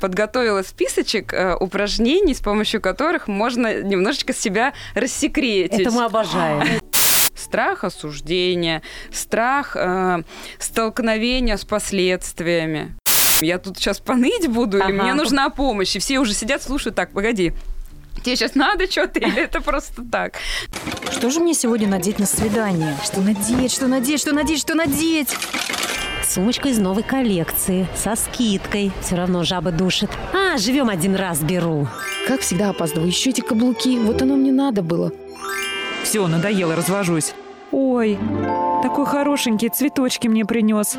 Подготовила списочек упражнений, с помощью которых можно немножечко себя рассекретить. Это мы обожаем. Страх осуждения, страх столкновения с последствиями. Я тут сейчас поныть буду, или мне нужна помощь? И все уже сидят, слушают, так, погоди, тебе сейчас надо что-то, или это просто так? Что же мне сегодня надеть на свидание? Что надеть? Сумочка из новой коллекции, со скидкой. Все равно жаба душит. Живем один раз, беру. Как всегда опаздываю. Еще эти каблуки. Вот оно мне надо было. Все, надоело, развожусь. Ой, такой хорошенький, цветочки мне принес.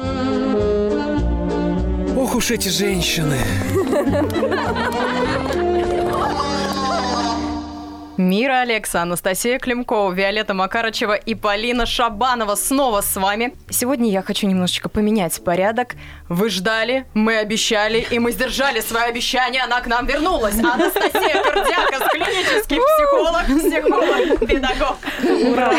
Ох уж эти женщины. Мира Алекса, Анастасия Климкова, Виолетта Макарычева и Полина Шабанова снова с вами. Сегодня я хочу немножечко поменять порядок. Вы ждали, мы обещали, и мы сдержали свои обещания. Она к нам вернулась. Анастасия Кордякос, клинический психолог, педагог. Ура!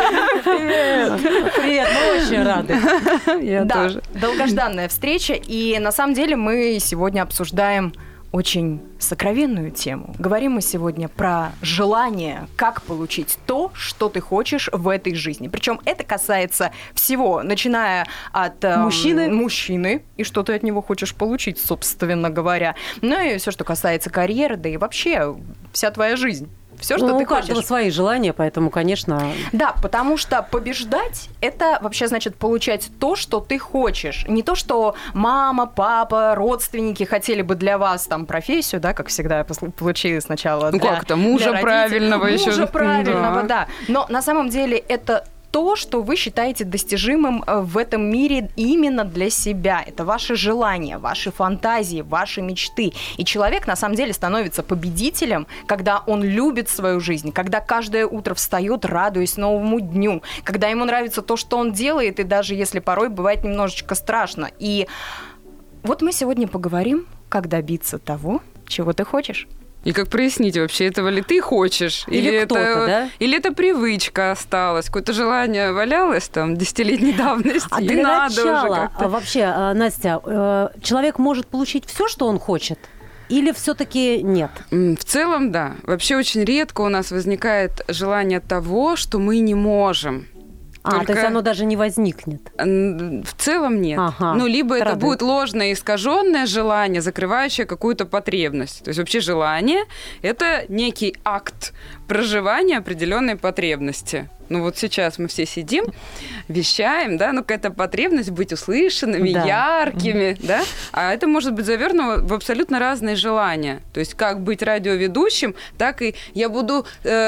Привет, мы очень рады. Я тоже. Долгожданная встреча, и на самом деле мы сегодня обсуждаем очень сокровенную тему. Говорим мы сегодня про желание, как получить то, что ты хочешь в этой жизни. Причем это касается всего, начиная от мужчины, и что ты от него хочешь получить, собственно говоря. Ну и все, что касается карьеры, да и вообще вся твоя жизнь. Все, что ты у каждого хочешь. свои желания, поэтому, конечно... Да, потому что побеждать – это вообще значит получать то, что ты хочешь. Не то, что мама, папа, родственники хотели бы для вас там профессию, да, как всегда, получили сначала для, как-то мужа правильного еще. Мужа правильного, да. Но на самом деле это то, что вы считаете достижимым в этом мире именно для себя. Это ваши желания, ваши фантазии, ваши мечты. И человек, на самом деле, становится победителем, когда он любит свою жизнь, когда каждое утро встает, радуясь новому дню, когда ему нравится то, что он делает, и даже если порой бывает немножечко страшно. И вот мы сегодня поговорим, как добиться того, чего ты хочешь. И как прояснить вообще, этого ли ты хочешь? Или это привычка осталась? Какое-то желание валялось там десятилетней давности? А для начала, вообще, Настя, человек может получить все, что он хочет? Или все-таки нет? В целом, да. Вообще очень редко у нас возникает желание того, что мы не можем. То есть оно даже не возникнет? В целом нет. Либо это будет ложное, искаженное желание, закрывающее какую-то потребность. То есть вообще желание – это некий акт проживания определенной потребности. Вот сейчас мы все сидим, вещаем, да, какая-то потребность быть услышанными, яркими, да, а это может быть завернуто в абсолютно разные желания. То есть как быть радиоведущим, так и я буду,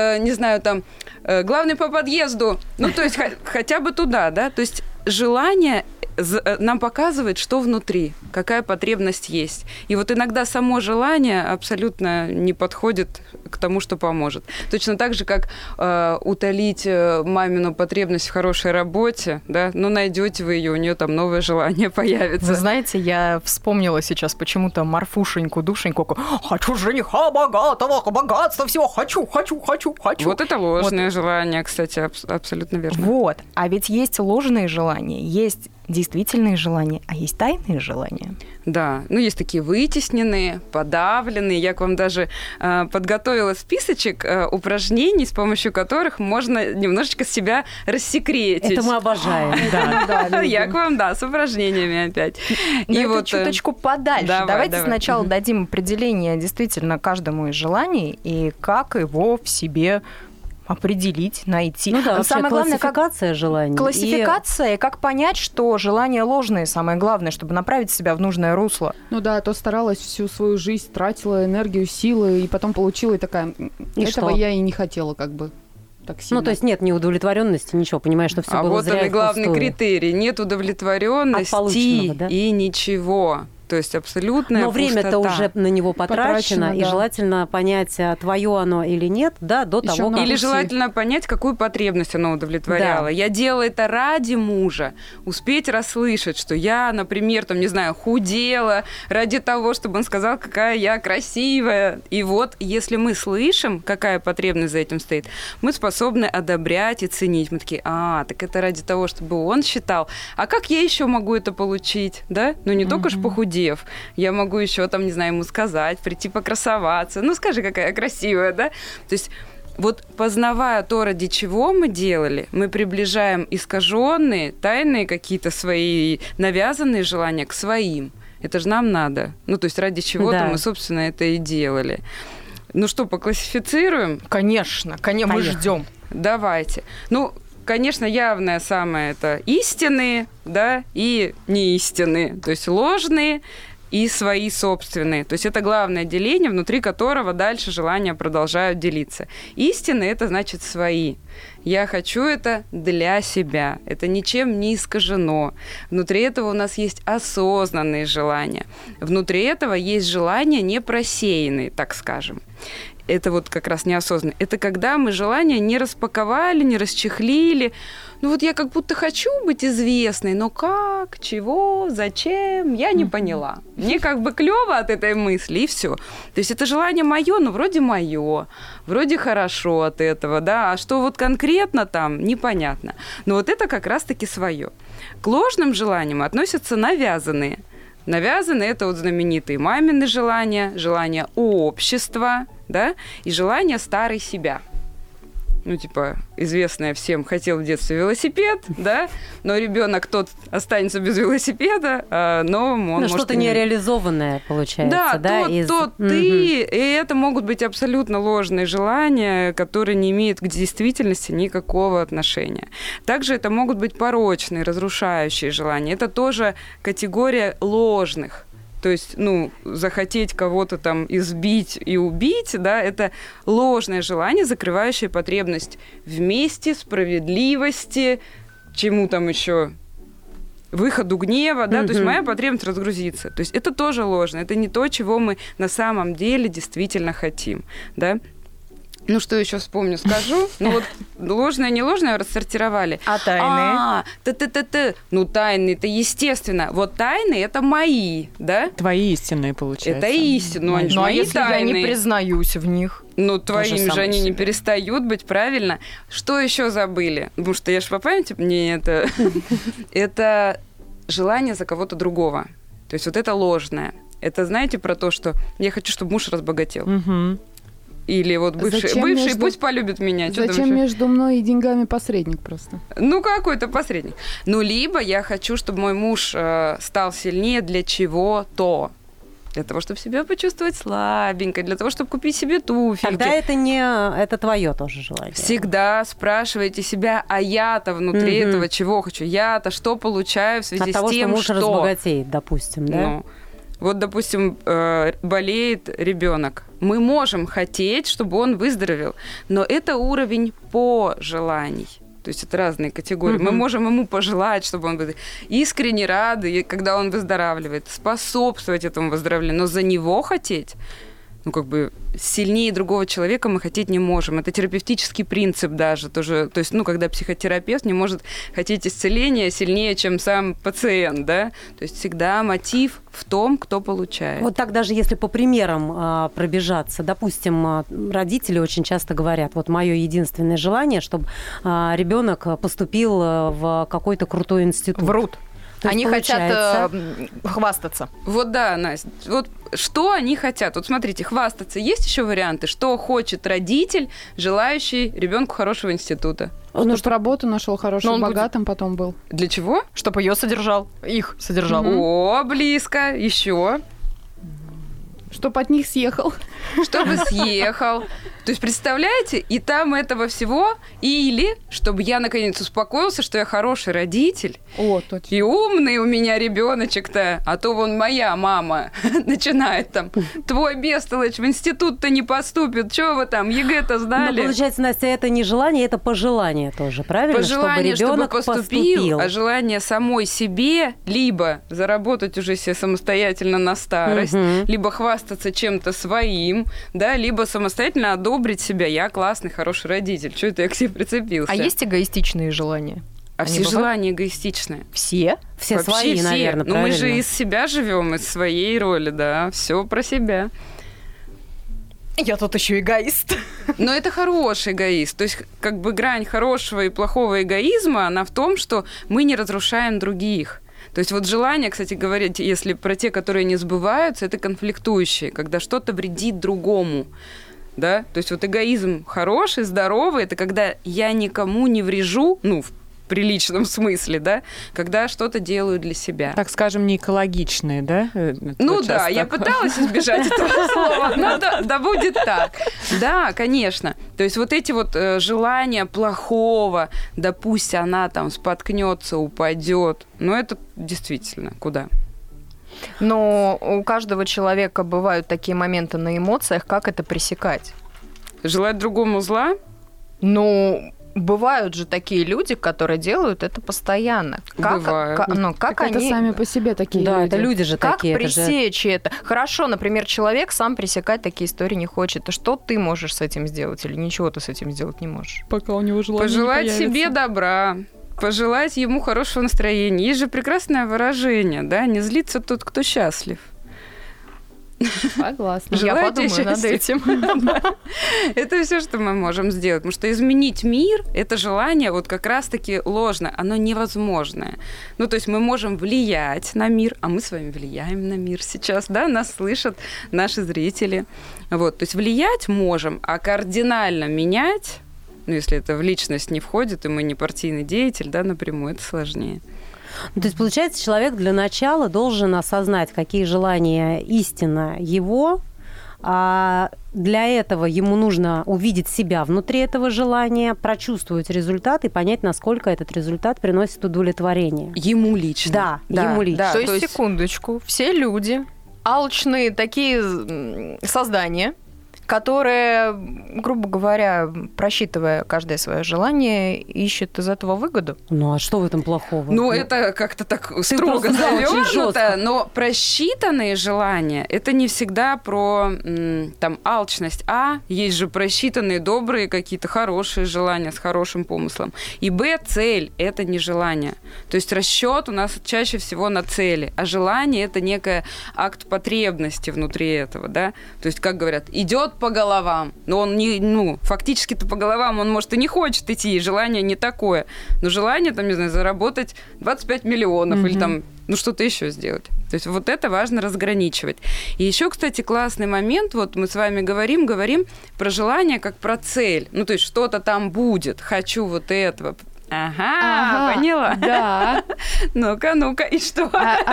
главный по подъезду, то есть хотя бы туда, да, то есть желание нам показывает, что внутри, какая потребность есть. И вот иногда само желание абсолютно не подходит к тому, что поможет. Точно так же, как утолить мамину потребность в хорошей работе, да, найдете вы ее, у нее там новое желание появится. Вы знаете, я вспомнила сейчас почему-то Марфушеньку, Душеньку, хочу жениха богатого, богатства всего, хочу. Вот это ложное желание, кстати, абсолютно верно. Вот, а ведь есть ложные желания, есть действительные желания, а есть тайные желания. Да, есть такие вытесненные, подавленные. Я к вам даже подготовила списочек упражнений, с помощью которых можно немножечко себя рассекретить. Это мы обожаем. Я к вам, с упражнениями опять. И вот чуточку подальше. Давайте сначала дадим определение действительно каждому из желаний и как его в себе определить, найти. Самое главное, классификация желаний. Классификация, и как понять, что желания ложные, самое главное, чтобы направить себя в нужное русло. То старалась всю свою жизнь, тратила энергию, силы, и потом получила и такая, этого я и не хотела так сильно. То есть нет неудовлетворенности, ничего, понимаешь, что все было зря и впустую. А вот главный критерий. Нет удовлетворенности и ничего. То есть абсолютная Но пустота. время-то уже на него потрачено, и желательно понять, твое оно или нет, до того, как... Или желательно понять, какую потребность оно удовлетворяло. Да. Я делала это ради мужа. Успеть расслышать, что я, например, худела ради того, чтобы он сказал, какая я красивая. И вот, если мы слышим, какая потребность за этим стоит, мы способны одобрять и ценить. Мы такие, так это ради того, чтобы он считал. А как я еще могу это получить? Да? Не только ж похудеть. похудев. Я могу еще там, не знаю, ему сказать, прийти покрасоваться. Ну, скажи, какая красивая, да? То есть вот познавая то, ради чего мы делали, мы приближаем искаженные, тайные какие-то свои навязанные желания к своим. Это же нам надо. Ну, то есть ради чего-то мы, собственно, это и делали. Ну что, поклассифицируем? Конечно, мы ждем. Давайте. Ну, конечно, явное самое это истинные, да, и неистинные. То есть ложные и свои собственные. То есть это главное деление, внутри которого дальше желания продолжают делиться. Истинные – это значит свои. Я хочу это для себя. Это ничем не искажено. Внутри этого у нас есть осознанные желания. Внутри этого есть желания не просеянные, так скажем. Это вот как раз неосознанно. Это когда мы желания не распаковали, не расчехлили. Ну вот я как будто хочу быть известной, но как, чего, зачем, я не поняла. Мне как бы клево от этой мысли, и все. То есть это желание мое, но вроде мое, вроде хорошо от этого, да, а что вот конкретно там, непонятно. Но вот это как раз-таки свое. К ложным желаниям относятся навязанные. Навязанные – это вот знаменитые мамины желания, желания общества, да, и желания старой себя. Ну, типа, известное всем, хотел в детстве велосипед, да, но ребенок тот останется без велосипеда, а новому он может... что-то нереализованное получается, да? Ты, и это могут быть абсолютно ложные желания, которые не имеют к действительности никакого отношения. Также это могут быть порочные, разрушающие желания. Это тоже категория ложных. То есть, захотеть кого-то там избить и убить, да, это ложное желание, закрывающее потребность в мести, справедливости, чему там еще, выходу гнева, да, то есть моя потребность разгрузиться. То есть это тоже ложно, это не то, чего мы на самом деле действительно хотим, да. Ну, что еще вспомню, скажу. Ну, вот ложное, не ложное рассортировали. А тайные? Ну, тайные-то естественно. Вот тайные – это мои, да? Твои истинные, получается. Это истинные. Ну, а если тайные? Я не признаюсь в них? Ну, твоими же они не перестают быть, правильно? Что еще забыли? Потому что я же по памяти, мне это... Это желание за кого-то другого. То есть вот это ложное. Это, знаете, про то, что я хочу, чтобы муж разбогател. Или вот бывший пусть полюбит меня. Зачем между мной и деньгами посредник просто? Ну, какой-то посредник. Ну, либо я хочу, чтобы мой муж стал сильнее для чего-то. Для того, чтобы себя почувствовать слабенькой, для того, чтобы купить себе туфельки. Тогда это твое тоже желание. Всегда спрашивайте себя, а я-то внутри этого чего хочу? Я-то что получаю в связи с тем, муж разбогатеет, допустим, да? Ну, вот, допустим, болеет ребенок. Мы можем хотеть, чтобы он выздоровел, но это уровень пожеланий. То есть это разные категории. Мы можем ему пожелать, чтобы он был искренне рады, когда он выздоравливает, способствовать этому выздоровлению, но за него хотеть, сильнее другого человека мы хотеть не можем. Это терапевтический принцип даже тоже. То есть, когда психотерапевт не может хотеть исцеления сильнее, чем сам пациент, да? То есть всегда мотив в том, кто получает. Вот так даже если по примерам пробежаться, допустим, родители очень часто говорят, вот мое единственное желание, чтобы ребенок поступил в какой-то крутой институт. Врут. Они хотят хвастаться. Вот да, Настя. Вот что они хотят? Вот смотрите, хвастаться. Есть еще варианты? Что хочет родитель, желающий ребенку хорошего института? Чтобы работу нашел хорошую, богатым потом был. Для чего? Чтобы ее содержал. Их содержал. О, близко. Еще. Чтоб от них съехал. Чтобы съехал. То есть, представляете, и там этого всего, или чтобы я, наконец, успокоился, что я хороший родитель. О, точно. И умный у меня ребеночек-то. А то вон моя мама начинает там, твой бестолочь в институт-то не поступит. Чего вы там, ЕГЭ-то сдали? Ну, получается, Настя, это не желание, это пожелание тоже, правильно? Пожелание, чтобы ребенок поступил, а желание самой себе либо заработать уже себе самостоятельно на старость, либо хвастаться чем-то своим, да, либо самостоятельно одобрить себя. Я классный, хороший родитель. Чего это я к себе прицепился? А есть эгоистичные желания? А все желания эгоистичные. Все? Все вообще свои, все. Наверное, правильно. Мы же из себя живем, из своей роли, да. Все про себя. Я тут еще эгоист. Но это хороший эгоист. То есть грань хорошего и плохого эгоизма, она в том, что мы не разрушаем других. То есть вот желание, кстати, говорить, если про те, которые не сбываются, это конфликтующие, когда что-то вредит другому. Да? То есть вот эгоизм хороший, здоровый, это когда я никому не врежу, ну, в приличном смысле, да, когда что-то делаю для себя. Так скажем, не экологичные, да? Ну да, я пыталась избежать этого слова, но да будет так. Да, конечно. То есть вот эти вот желания плохого, да пусть она там споткнется, упадет, но это действительно куда? Но у каждого человека бывают такие моменты на эмоциях, как это пресекать? Желать другому зла? Ну, бывают же такие люди, которые делают это постоянно. Бывают. Как они... Это сами по себе такие люди. Да, это люди же такие. Как пресечь это? Хорошо, например, человек сам пресекать такие истории не хочет. И что ты можешь с этим сделать? Или ничего ты с этим сделать не можешь? Пока у него желание пожелать не появится. себе добра. Пожелать ему хорошего настроения. Есть же прекрасное выражение, да, не злится тот, кто счастлив. Согласна. Я подумаю над этим. Это все, что мы можем сделать. Потому что изменить мир, это желание вот как раз-таки ложное, оно невозможное. Ну, то есть мы можем влиять на мир, а мы с вами влияем на мир сейчас, да, нас слышат наши зрители. Вот, то есть влиять можем, а кардинально менять, ну, если это в личность не входит, и мы не партийный деятель, да, напрямую, это сложнее. То есть, получается, человек для начала должен осознать, какие желания истинно его, а для этого ему нужно увидеть себя внутри этого желания, прочувствовать результат и понять, насколько этот результат приносит удовлетворение. Ему лично. Да, ему лично. Да, то есть, секундочку, все люди, алчные такие создания, которые, грубо говоря, просчитывая каждое свое желание, ищут из этого выгоду. Ну, а что в этом плохого? Ну, это как-то так строго завёрнуто, но просчитанные желания, это не всегда про там алчность, а есть же просчитанные, добрые какие-то хорошие желания с хорошим помыслом. И Б, цель – это не желание. То есть расчет у нас чаще всего на цели, а желание – это некий акт потребности внутри этого, да. То есть, как говорят, идет по головам, но он не, ну, фактически-то по головам он, может, и не хочет идти, и желание не такое. Но желание, там, не знаю, заработать 25 миллионов или там, ну, что-то еще сделать. То есть вот это важно разграничивать. И еще, кстати, классный момент, вот мы с вами говорим про желание как про цель. Ну, то есть что-то там будет, хочу вот этого. Ага, поняла? Да. Ну-ка, и что?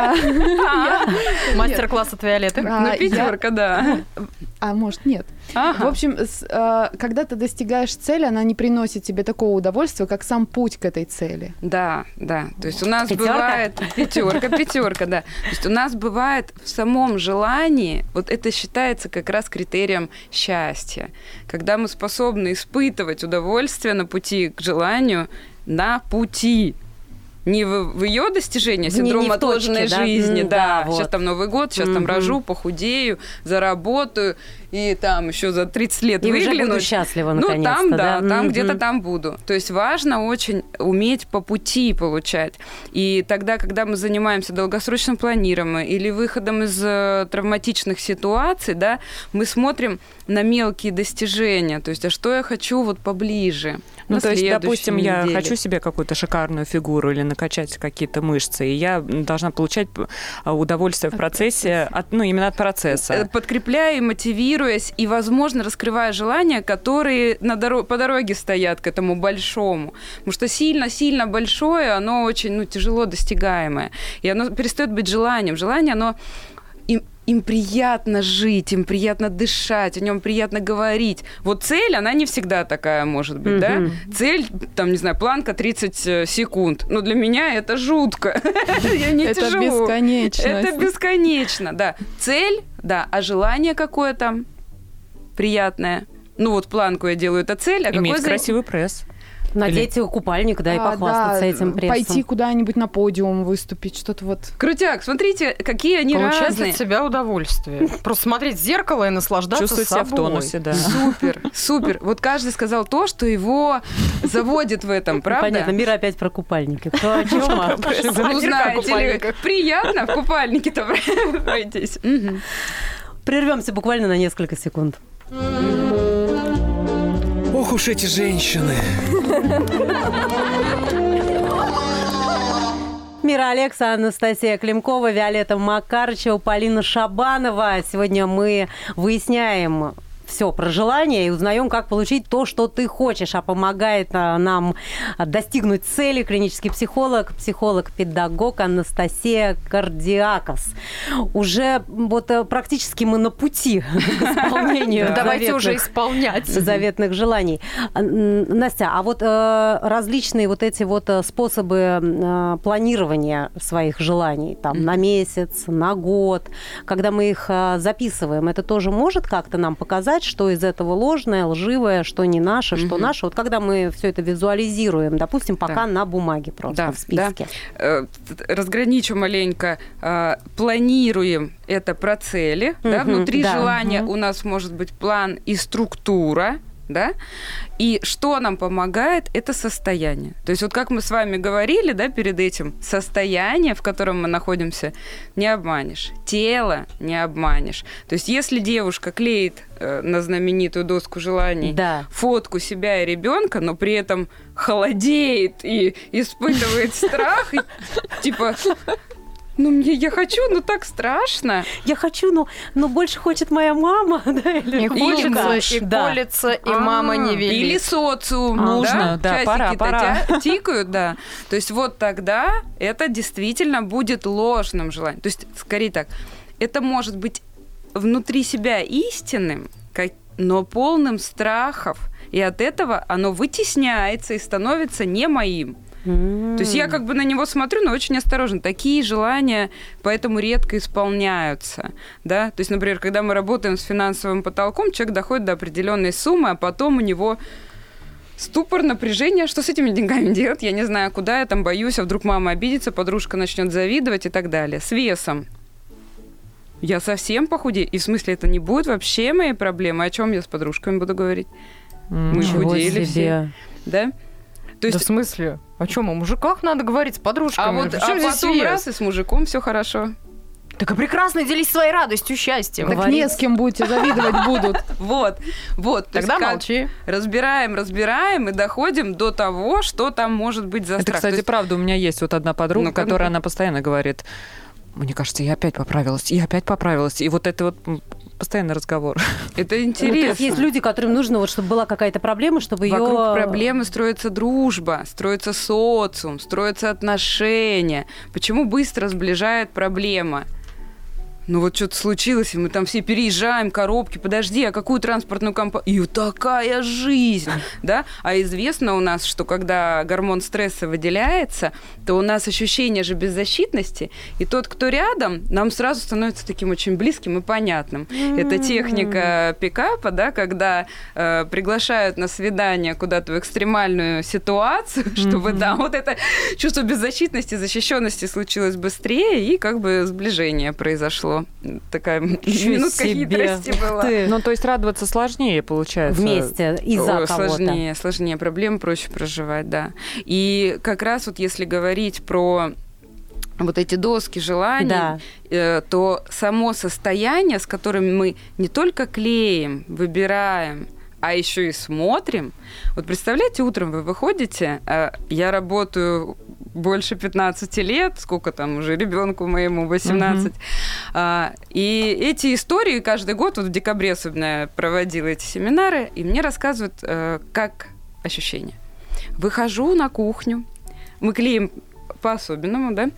Мастер-класс от Виолетты. Ну, 5, да. А может, нет. В общем, когда ты достигаешь цели, она не приносит тебе такого удовольствия, как сам путь к этой цели. Да. То есть у нас бывает... Пятерка, да. То есть у нас бывает в самом желании, вот это считается как раз критерием счастья. Когда мы способны испытывать удовольствие на пути к желанию, на пути. Не в ее достижении, синдром отложенной жизни, да. Вот. Сейчас там Новый год, сейчас там рожу, похудею, заработаю, и там еще за 30 лет и выгляну. Уже буду счастлива, наконец-то. Ну, там, да, там где-то там буду. То есть важно очень уметь по пути получать. И тогда, когда мы занимаемся долгосрочным планированием или выходом из травматичных ситуаций, да, мы смотрим на мелкие достижения. То есть, а что я хочу вот поближе? Ну, то есть, допустим, я хочу себе какую-то шикарную фигуру или накачать какие-то мышцы, и я должна получать удовольствие в процессе, именно от процесса. Подкрепляя и мотивируясь, и, возможно, раскрывая желания, которые по дороге стоят к этому большому. Потому что сильно-сильно большое, оно очень тяжело достигаемое. И оно перестает быть желанием. Желание, оно... Им приятно жить, им приятно дышать, о нем приятно говорить. Вот цель, она не всегда такая может быть, да? Цель, там, не знаю, планка 30 секунд. Но для меня это жутко. Я не это бесконечно. Это бесконечно, да. Цель, да, а желание какое там приятное. Ну вот планку я делаю, это цель. Иметь красивый пресс. Надеть купальник, да, и похвастаться этим прессом. Пойти куда-нибудь на подиум выступить, что-то вот. Крутяк, смотрите, какие они разные. Получать от себя удовольствие. Просто смотреть в зеркало и наслаждаться собой. Чувствовать себя в тонусе, да. Супер. Вот каждый сказал то, что его заводит в этом, правда? Понятно, мир опять про купальники. Кто о чем? Вы знаете, приятно в купальнике-то пройтись. Прервемся буквально на несколько секунд. Ох уж эти женщины. Мира Алекса, Анастасия Климкова, Виолетта Макарычева, Полина Шабанова. Сегодня мы выясняем все про желание и узнаем, как получить то, что ты хочешь. А помогает нам достигнуть цели клинический психолог-педагог Анастасия Кардиакос. Уже вот практически мы на пути к исполнению давайте уже исполнять заветных желаний. Настя, а вот различные вот эти вот способы планирования своих желаний там на месяц, на год, когда мы их записываем, это тоже может как-то нам показать, что из этого ложное, лживое, что не наше, что наше. Вот когда мы все это визуализируем, допустим, пока на бумаге просто в списке. Да. Разграничу маленько. Планируем это про цели. Внутри желания у нас может быть план и структура. Да? И что нам помогает, это состояние. То есть вот как мы с вами говорили, да, перед этим, состояние, в котором мы находимся, не обманешь. Тело не обманешь. То есть если девушка клеит на знаменитую доску желаний фотку себя и ребенка, но при этом холодеет и испытывает страх, и, типа... я хочу, но так страшно. Я хочу, но больше хочет моя мама. И хочется, и колется, и мама не велит. Или социум. Нужно, пора. Тикают, да. То есть вот тогда это действительно будет ложным желанием. То есть, скорее так, это может быть внутри себя истинным, но полным страхов. И от этого оно вытесняется и становится не моим. То есть я как бы на него смотрю, но очень осторожно. Такие желания поэтому редко исполняются. Да? То есть, например, когда мы работаем с финансовым потолком, человек доходит до определенной суммы, а потом у него ступор, напряжение. Что с этими деньгами делать? Я не знаю, куда я там боюсь, а вдруг мама обидится, подружка начнет завидовать и так далее. С весом. Я совсем похудею. И в смысле это не будет вообще моей проблемы. О чем я с подружками буду говорить? Мы худели все. Да? То есть... Да в смысле? О чем? О мужиках надо говорить с подружками. А потом раз и с мужиком все хорошо. Так и прекрасно делись своей радостью, счастьем. Так не с кем будете, завидовать будут. Вот. Тогда молчи. Разбираем и доходим до того, что там может быть за страх. Это, кстати, правда. У меня есть вот одна подруга, которая она постоянно говорит: мне кажется, я опять поправилась. И вот это вот постоянный разговор. Это интересно. Есть люди, которым нужно, вот, чтобы была какая-то проблема, чтобы ее... Вокруг проблемы строится дружба, строится социум, строятся отношения. Почему быстро сближает проблема? Вот что-то случилось, и мы там все переезжаем, коробки, подожди, а какую транспортную компанию? И такая жизнь, да? А известно у нас, что когда гормон стресса выделяется, то у нас ощущение же беззащитности, и тот, кто рядом, нам сразу становится таким очень близким и понятным. Это техника пикапа, да, когда приглашают на свидание куда-то в экстремальную ситуацию, чтобы, вот это чувство беззащитности, защищенности случилось быстрее, и как бы сближение произошло. Такая минутка хитрости была. То есть радоваться сложнее, получается. Вместе, из-за кого-то. Сложнее. Проблемы проще проживать, да. И как раз вот если говорить про вот эти доски желаний, то само состояние, с которым мы не только клеим, выбираем, а еще и смотрим. Вот представляете, утром вы выходите, я работаю больше 15 лет, сколько там уже ребенку моему, 18. И эти истории каждый год, вот в декабре особенно я проводила эти семинары, и мне рассказывают, как ощущение. Выхожу на кухню, мы клеим по-особенному, да,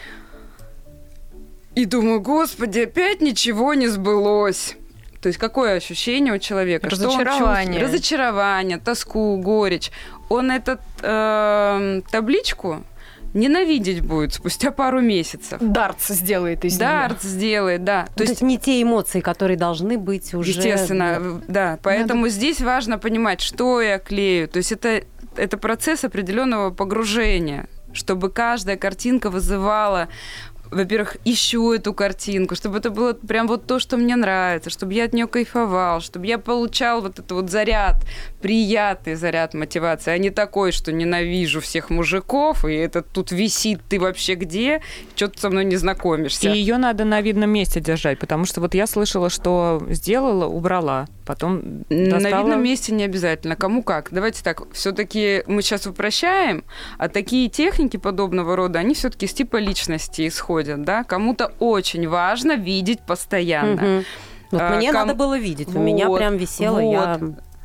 и думаю, господи, опять ничего не сбылось. То есть какое ощущение у человека? Разочарование. Разочарование, тоску, горечь. Он эту табличку ненавидеть будет спустя пару месяцев. Дартс сделает из нее. Дартс сделает, да. То есть не те эмоции, которые должны быть уже... Естественно, да. Поэтому здесь важно понимать, что я клею. То есть это процесс определенного погружения, чтобы каждая картинка вызывала... Во-первых, ищу эту картинку, чтобы это было прям вот то, что мне нравится, чтобы я от нее кайфовал, чтобы я получал вот этот вот заряд, приятный заряд мотивации, а не такой, что ненавижу всех мужиков, и это тут висит, ты вообще где, что-то со мной не знакомишься. И ее надо на видном месте держать, потому что вот я слышала, что сделала, убрала. потом достала... На видном месте не обязательно. Кому как. Давайте так, все-таки мы сейчас упрощаем, а такие техники подобного рода, они все-таки с типа личности исходят, да? Кому-то очень важно видеть постоянно. Вот мне надо было видеть, у меня прям висело,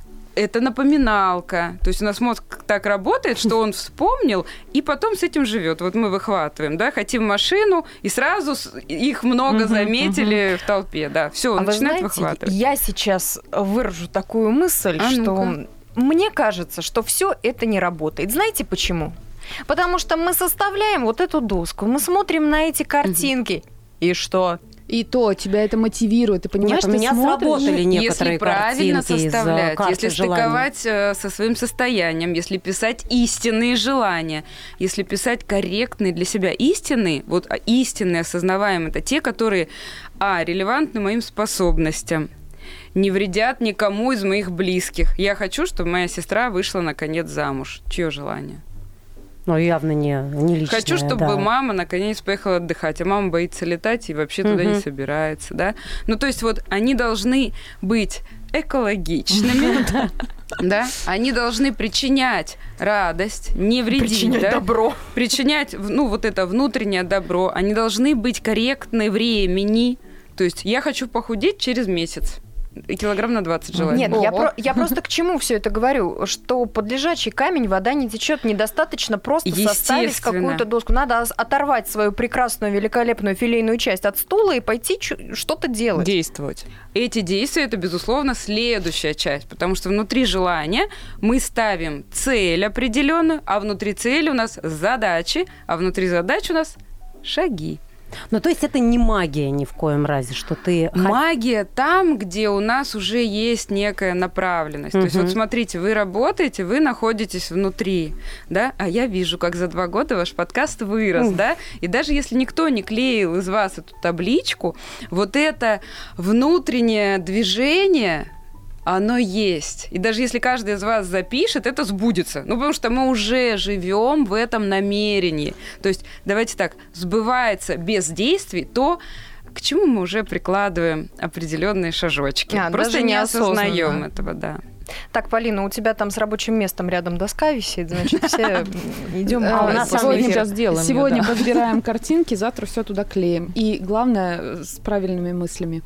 Это напоминалка. То есть у нас мозг так работает, что он вспомнил, и потом с этим живет. Вот мы выхватываем, да, хотим машину, и сразу их много заметили в толпе, да. Все, он начинает выхватывать. Я сейчас выражу такую мысль, что мне кажется, что все это не работает. Знаете почему? Потому что мы составляем вот эту доску, мы смотрим на эти картинки, и что? И то тебя это мотивирует, ты понимаешь, у меня сработали некоторые если правильно составлять, если стыковать со своим состоянием, если писать истинные желания, если писать корректные для себя истинные, вот истинные, осознаваемые, это те, которые, релевантны моим способностям, не вредят никому из моих близких. Я хочу, чтобы моя сестра вышла наконец замуж. Чье желание? Ну, явно не личное. Хочу, чтобы мама наконец поехала отдыхать, а мама боится летать и вообще туда не собирается, да? Ну, то есть вот они должны быть экологичными, да? Они должны причинять радость, не вредить, причинять добро. Причинять, вот это внутреннее добро. Они должны быть корректны времени. То есть я хочу похудеть через месяц. Килограмм на 20 желательно. Нет, я просто к чему все это говорю? Что под лежачий камень вода не течет. Недостаточно просто составить какую-то доску. Надо оторвать свою прекрасную, великолепную филейную часть от стула и пойти что-то делать. Действовать. Эти действия – это, безусловно, следующая часть, потому что внутри желания мы ставим цель определенную, а внутри цели у нас задачи, а внутри задач у нас шаги. Ну, то есть это не магия ни в коем разе, что ты... Магия там, где у нас уже есть некая направленность. То есть вот смотрите, вы работаете, вы находитесь внутри, да, а я вижу, как за 2 года ваш подкаст вырос, да, и даже если никто не клеил из вас эту табличку, вот это внутреннее движение... Оно есть. И даже если каждый из вас запишет, это сбудется. Потому что мы уже живем в этом намерении. То есть, давайте так, сбывается без действий то, к чему мы уже прикладываем определенные шажочки. Просто не осознаем этого, да. Так, Полина, у тебя там с рабочим местом рядом доска висит, значит, все идем. У нас сегодня подбираем картинки, завтра все туда клеим. И главное, с правильными мыслями.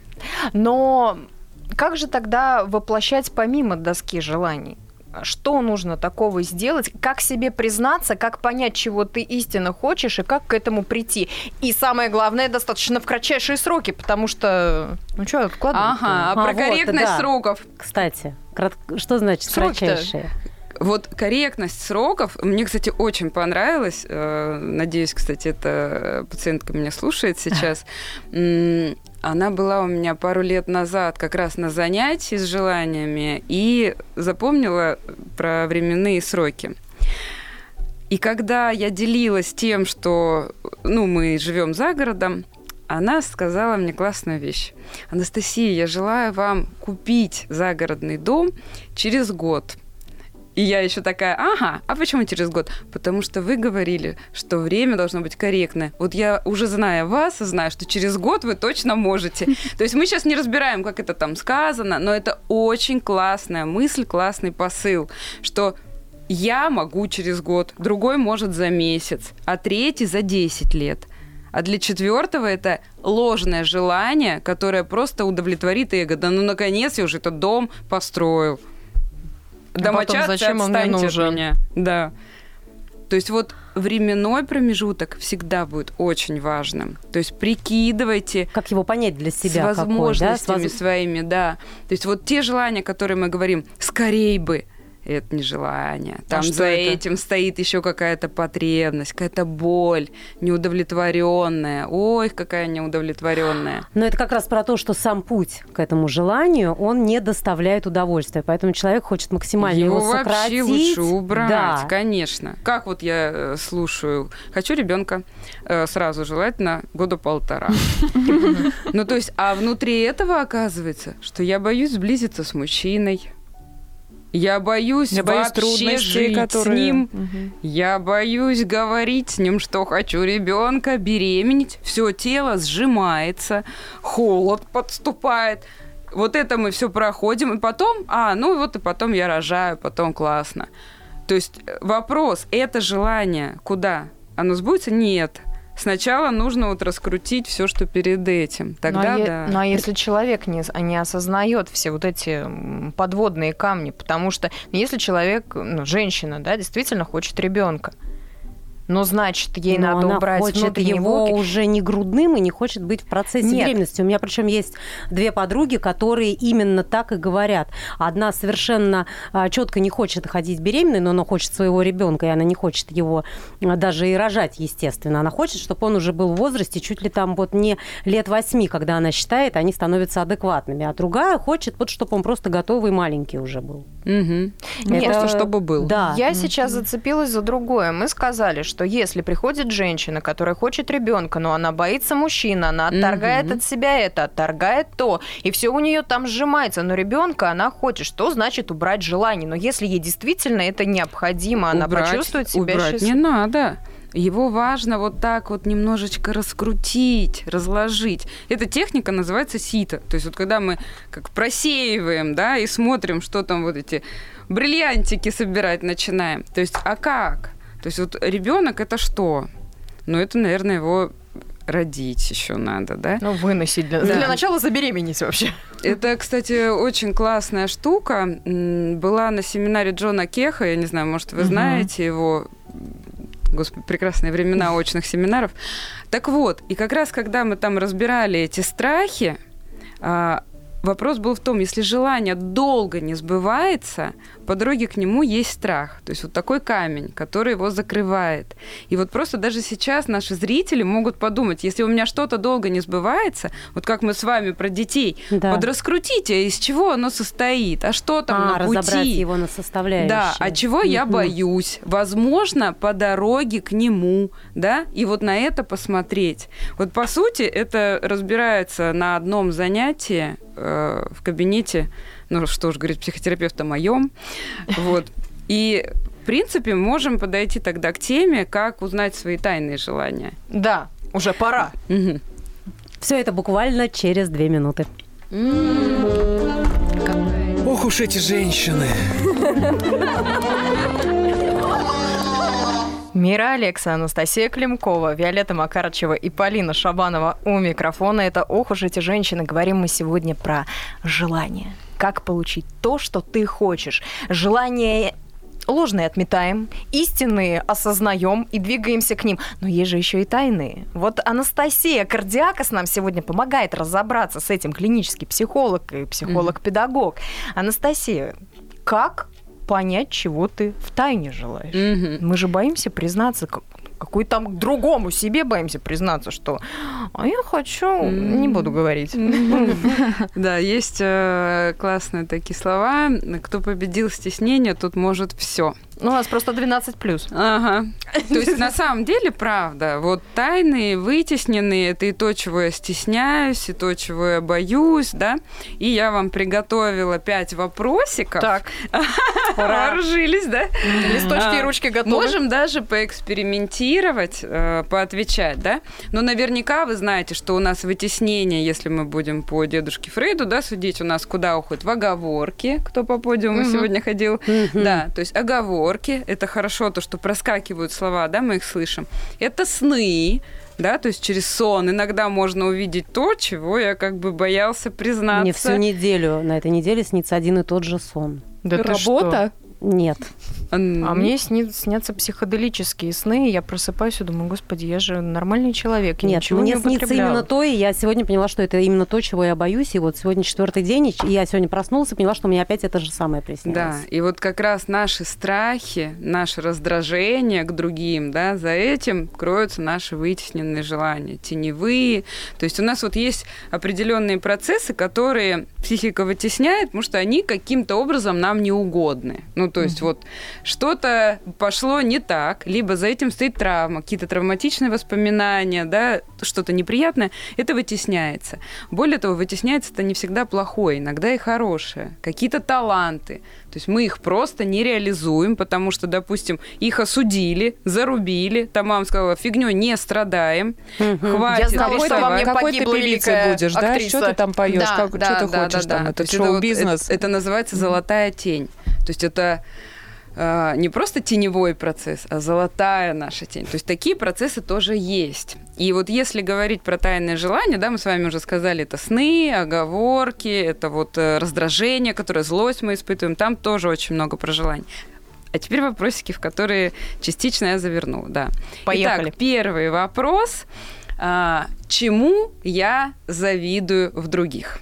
Но как же тогда воплощать помимо доски желаний? Что нужно такого сделать? Как себе признаться? Как понять, чего ты истинно хочешь? И как к этому прийти? И самое главное, достаточно в кратчайшие сроки, потому что... что откладывать? Про корректность сроков. Кстати, что значит кратчайшие? Вот корректность сроков мне, кстати, очень понравилось. Надеюсь, кстати, эта пациентка меня слушает сейчас. Она была у меня пару лет назад как раз на занятии с желаниями и запомнила про временные сроки. И когда я делилась тем, что мы живем за городом, она сказала мне классную вещь. Анастасия, я желаю вам купить загородный дом через год. И я еще такая, а почему через год? Потому что вы говорили, что время должно быть корректное. Вот я уже зная вас, знаю, что через год вы точно можете. То есть мы сейчас не разбираем, как это там сказано, но это очень классная мысль, классный посыл, что я могу через год, другой может за месяц, а третий за 10 лет. А для 4-го это ложное желание, которое просто удовлетворит эго. Да наконец я уже этот дом построил. Домочадцы, зачем он мне нужен? От меня. Да. То есть вот временной промежуток всегда будет очень важным. То есть прикидывайте... Как его понять для себя? С возможностями своими, да. То есть вот те желания, которые мы говорим, скорей бы, это не желание. Там за этим стоит еще какая-то потребность, какая-то боль неудовлетворенная. Ой, какая неудовлетворенная. Но это как раз про то, что сам путь к этому желанию, он не доставляет удовольствия. Поэтому человек хочет максимально его сократить. Его вообще лучше убрать, конечно. Как вот я слушаю, хочу ребенка сразу, желательно 1.5 года. Ну, то есть, а внутри этого оказывается, что я боюсь сблизиться с мужчиной. Я боюсь вообще жить с ним. Я боюсь говорить с ним, что хочу ребенка, беременеть. Все тело сжимается, холод подступает. вот это мы все проходим, и потом, и потом я рожаю, потом классно. То есть вопрос, это желание куда? Оно сбудется? Нет. Сначала нужно вот раскрутить все, что перед этим. Тогда да. Ну а если человек не осознает все вот эти подводные камни, потому что если человек, женщина, да, действительно хочет ребенка, но значит, ей надо убрать внутренний его блоки. Уже не грудным и не хочет быть в процессе беременности. У меня причем есть 2 подруги, которые именно так и говорят. Одна совершенно четко не хочет ходить беременной, но она хочет своего ребенка, и она не хочет его даже и рожать, естественно. Она хочет, чтобы он уже был в возрасте чуть ли там вот не лет 8, когда она считает, они становятся адекватными. А другая хочет, вот, чтобы он просто готовый маленький уже был. Нет, просто чтобы был. Да. Я сейчас зацепилась за другое. Мы сказали, что если приходит женщина, которая хочет ребенка, но она боится мужчины, она отторгает от себя это, отторгает то, и все у нее там сжимается, но ребенка она хочет. Что значит убрать желание? Но если ей действительно это необходимо, она почувствует себя счастливой. Не надо. Его важно вот так вот немножечко раскрутить, разложить. Эта техника называется сито. То есть вот когда мы как просеиваем, да, и смотрим, что там вот эти бриллиантики собирать начинаем. То есть, а как? То есть вот ребенок это что? Ну, это, наверное, его родить еще надо, да? Ну, выносить. Для начала забеременеть вообще. Это, кстати, очень классная штука. Была на семинаре Джона Кеха, я не знаю, может, вы знаете его... Господи, прекрасные времена очных семинаров. Так вот, и как раз, когда мы там разбирали эти страхи, вопрос был в том, если желание долго не сбывается, по дороге к нему есть страх. То есть вот такой камень, который его закрывает. И вот просто даже сейчас наши зрители могут подумать, если у меня что-то долго не сбывается, вот как мы с вами про детей, подраскрутите, из чего оно состоит, а что там на пути. Разобрать его на составляющие. Да, а чего я боюсь. Возможно, по дороге к нему, да, и вот на это посмотреть. Вот по сути это разбирается на одном занятии в кабинете, ну что уж говорить, психотерапевта моем. Вот. И, в принципе, можем подойти тогда к теме, как узнать свои тайные желания. Да, уже пора. Все это буквально через 2 минуты. Ох уж эти женщины. Мира Алекса, Анастасия Климкова, Виолетта Макарычева и Полина Шабанова у микрофона. Это «Ох уж эти женщины». Говорим мы сегодня про желание. Как получить то, что ты хочешь. Желание ложные отметаем, истинные осознаем и двигаемся к ним. Но есть же еще и тайные. Вот Анастасия Кардиакос нам сегодня помогает разобраться с этим, клинический психолог и психолог-педагог. Анастасия, как понять, чего ты втайне желаешь? Мы же боимся признаться, какой там другому себе боимся признаться, что я хочу, не буду говорить. Да, есть классные такие слова. Кто победил стеснение, тот может все. Ну, у нас просто 12+. Ага. То есть, на самом деле, правда, вот тайные, вытесненные, это и то, чего я стесняюсь, и то, чего я боюсь, да. И я вам приготовила 5 вопросиков. Так. Вооружились, да? Листочки и ручки готовы. Можем даже поэкспериментировать, поотвечать, да. Но наверняка вы знаете, что у нас вытеснение, если мы будем по дедушке Фрейду, да, судить, у нас куда уходит? В оговорки, кто по подиуму сегодня ходил. Да, то есть оговорки. Это хорошо, то, что проскакивают слова, да, мы их слышим. Это сны, да, то есть через сон иногда можно увидеть то, чего я как бы боялся признаться. Мне всю неделю, на этой неделе снится один и тот же сон. Да ты работа? Нет. А мне снятся психоделические сны, и я просыпаюсь и думаю, господи, я же нормальный человек, я ничего не употребляла. Мне снится именно то, и я сегодня поняла, что это именно то, чего я боюсь, и вот сегодня 4-й день, и я сегодня проснулась и поняла, что у меня опять это же самое приснилось. Да, и вот как раз наши страхи, наше раздражение к другим, да, за этим кроются наши вытесненные желания, теневые. То есть у нас вот есть определенные процессы, которые психика вытесняет, потому что они каким-то образом нам не угодны. Ну, то есть вот что-то пошло не так, либо за этим стоит травма, какие-то травматичные воспоминания, да, что-то неприятное, это вытесняется. Более того, вытесняется это не всегда плохое, иногда и хорошее. Какие-то таланты. То есть мы их просто не реализуем, потому что, допустим, их осудили, зарубили, там мама сказала, фигнёй не страдаем, хватит. Я знала, что во мне какой погибла ты певицей великая будешь, актриса. Да? Что ты там поешь? Да, что ты хочешь? там этот шоу-бизнес. Это называется золотая тень. То есть это не просто теневой процесс, а золотая наша тень. То есть такие процессы тоже есть. И вот если говорить про тайные желания, да, мы с вами уже сказали, это сны, оговорки, это вот раздражение, которое, злость мы испытываем, там тоже очень много про желаний. А теперь вопросики, в которые частично я завернула. Да. Поехали. Итак, первый вопрос. Чему я завидую в других?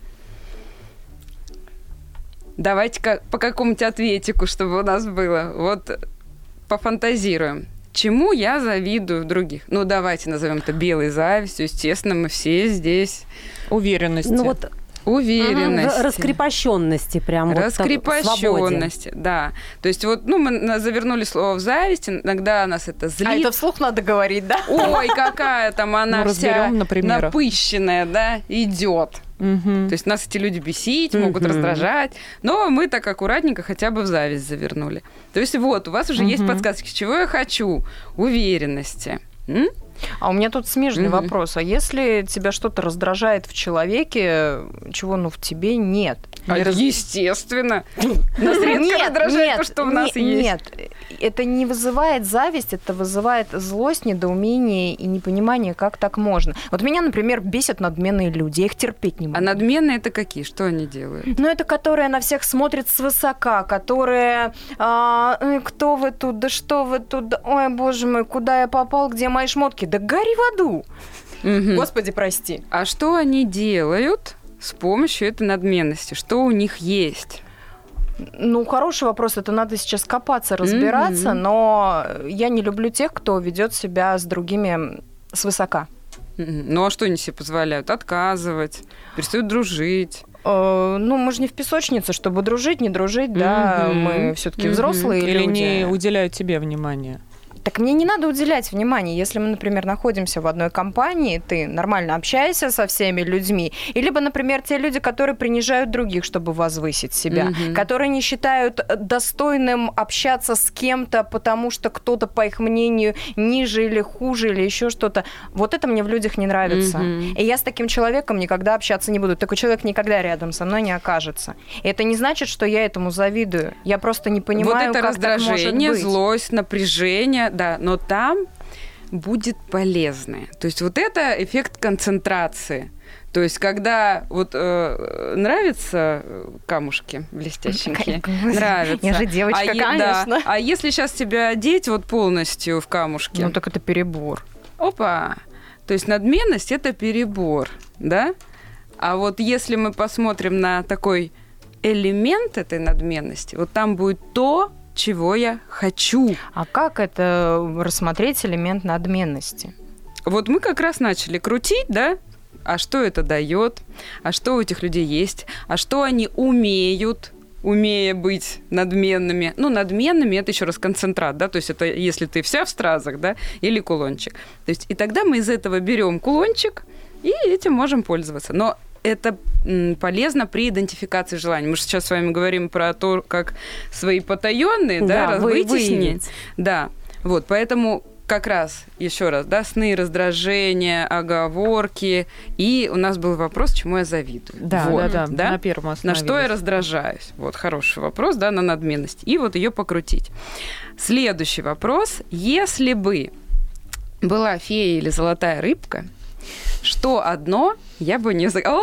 Давайте по какому-нибудь ответику, чтобы у нас было. Вот пофантазируем. Чему я завидую в других? Ну, давайте назовем это белой завистью. Естественно, мы все здесь. Уверенности. Ну, вот уверенности. Раскрепощенности прям. Раскрепощенности, да. То есть вот, мы завернули слово в зависть, иногда нас это злит. А это вслух надо говорить, да? Ой, какая там она вся напыщенная, да, идет. То есть нас эти люди бесить, могут раздражать, но мы так аккуратненько хотя бы в зависть завернули. То есть вот, у вас уже есть подсказки, чего я хочу? Уверенности. А у меня тут смежный вопрос. А если тебя что-то раздражает в человеке, чего, в тебе нет? Естественно. Нас редко раздражает то, что у нас есть. Нет, это не вызывает зависть, это вызывает злость, недоумение и непонимание, как так можно. Вот меня, например, бесят надменные люди, я их терпеть не могу. А надменные это какие? Что они делают? Это которые на всех смотрят свысока, которые кто вы тут, да что вы тут, да, ой, боже мой, куда я попал, где мои шмотки? Да гори в аду! Господи, прости. А что они делают с помощью этой надменности? Что у них есть? Хороший вопрос. Это надо сейчас копаться, разбираться, но я не люблю тех, кто ведет себя с другими свысока. Ну, а что они себе позволяют? Отказывать, перестают дружить. Мы же не в песочнице, чтобы дружить, не дружить, да, мы все-таки взрослые люди. Или не уделяют тебе внимания. Так мне не надо уделять внимание. Если мы, например, находимся в одной компании, ты нормально общаешься со всеми людьми, и либо, например, те люди, которые принижают других, чтобы возвысить себя, которые не считают достойным общаться с кем-то, потому что кто-то, по их мнению, ниже или хуже, или еще что-то. Вот это мне в людях не нравится. И я с таким человеком никогда общаться не буду. Такой человек никогда рядом со мной не окажется. И это не значит, что я этому завидую. Я просто не понимаю, вот это как раздражение, так может быть. Злость, напряжение, да, но там будет полезное. То есть вот это эффект концентрации. То есть когда вот нравятся камушки блестященькие, нравятся. Я же девочка, конечно. Да. А если сейчас тебя одеть вот полностью в камушки? Так это перебор. Опа! То есть надменность – это перебор, да? А вот если мы посмотрим на такой элемент этой надменности, вот там будет то, чего я хочу. А как это рассмотреть элемент надменности? Вот мы как раз начали крутить, да? А что это дает? А что у этих людей есть? А что они умеют, умея быть надменными? Надменными – это еще раз концентрат, да? То есть это если ты вся в стразах, да? Или кулончик. То есть и тогда мы из этого берем кулончик и этим можем пользоваться. Но это полезно при идентификации желаний. Мы же сейчас с вами говорим про то, как свои потаенные, вытеснить. Да, вот, поэтому как раз, еще раз, да, сны, раздражения, оговорки. И у нас был вопрос, чему я завидую. Да, вот, да, на первом остановились. На что я раздражаюсь? Вот, хороший вопрос, да, на надменность. И вот ее покрутить. Следующий вопрос. Если бы была фея или золотая рыбка, что одно я бы не загадала.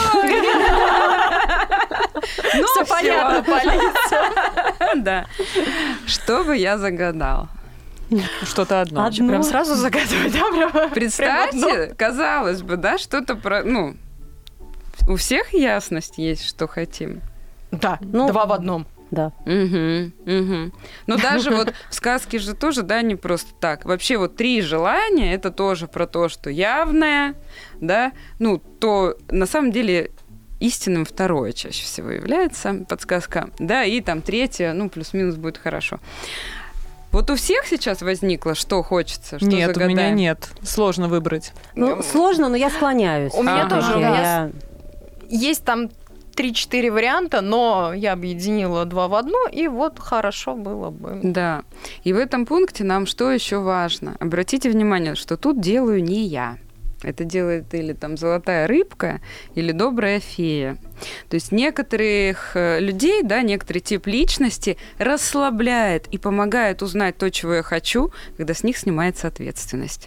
Все понятно, полиция. Да. Что бы я загадала? Что-то одно. Прям сразу загадывать, да? Представьте, казалось бы, да, что-то про... у всех ясность есть, что хотим. Да, два в одном. Да. Но даже вот в сказке же тоже, да, не просто так. Вообще вот 3 желания, это тоже про то, что явное, да, то на самом деле истинным 2 чаще всего является подсказка, да, и там 3, плюс-минус будет хорошо. Вот у всех сейчас возникло, что хочется, что нет, загадаем? У меня нет. Сложно выбрать. Сложно, но я склоняюсь. У меня тоже. У меня есть там 3-4 варианта, но я объединила 2 в одно, и вот хорошо было бы. Да. И в этом пункте нам что еще важно? Обратите внимание, что тут делаю не я. Это делает или там золотая рыбка, или добрая фея. То есть некоторых людей, да, некоторый тип личности расслабляет и помогает узнать то, чего я хочу, когда с них снимается ответственность.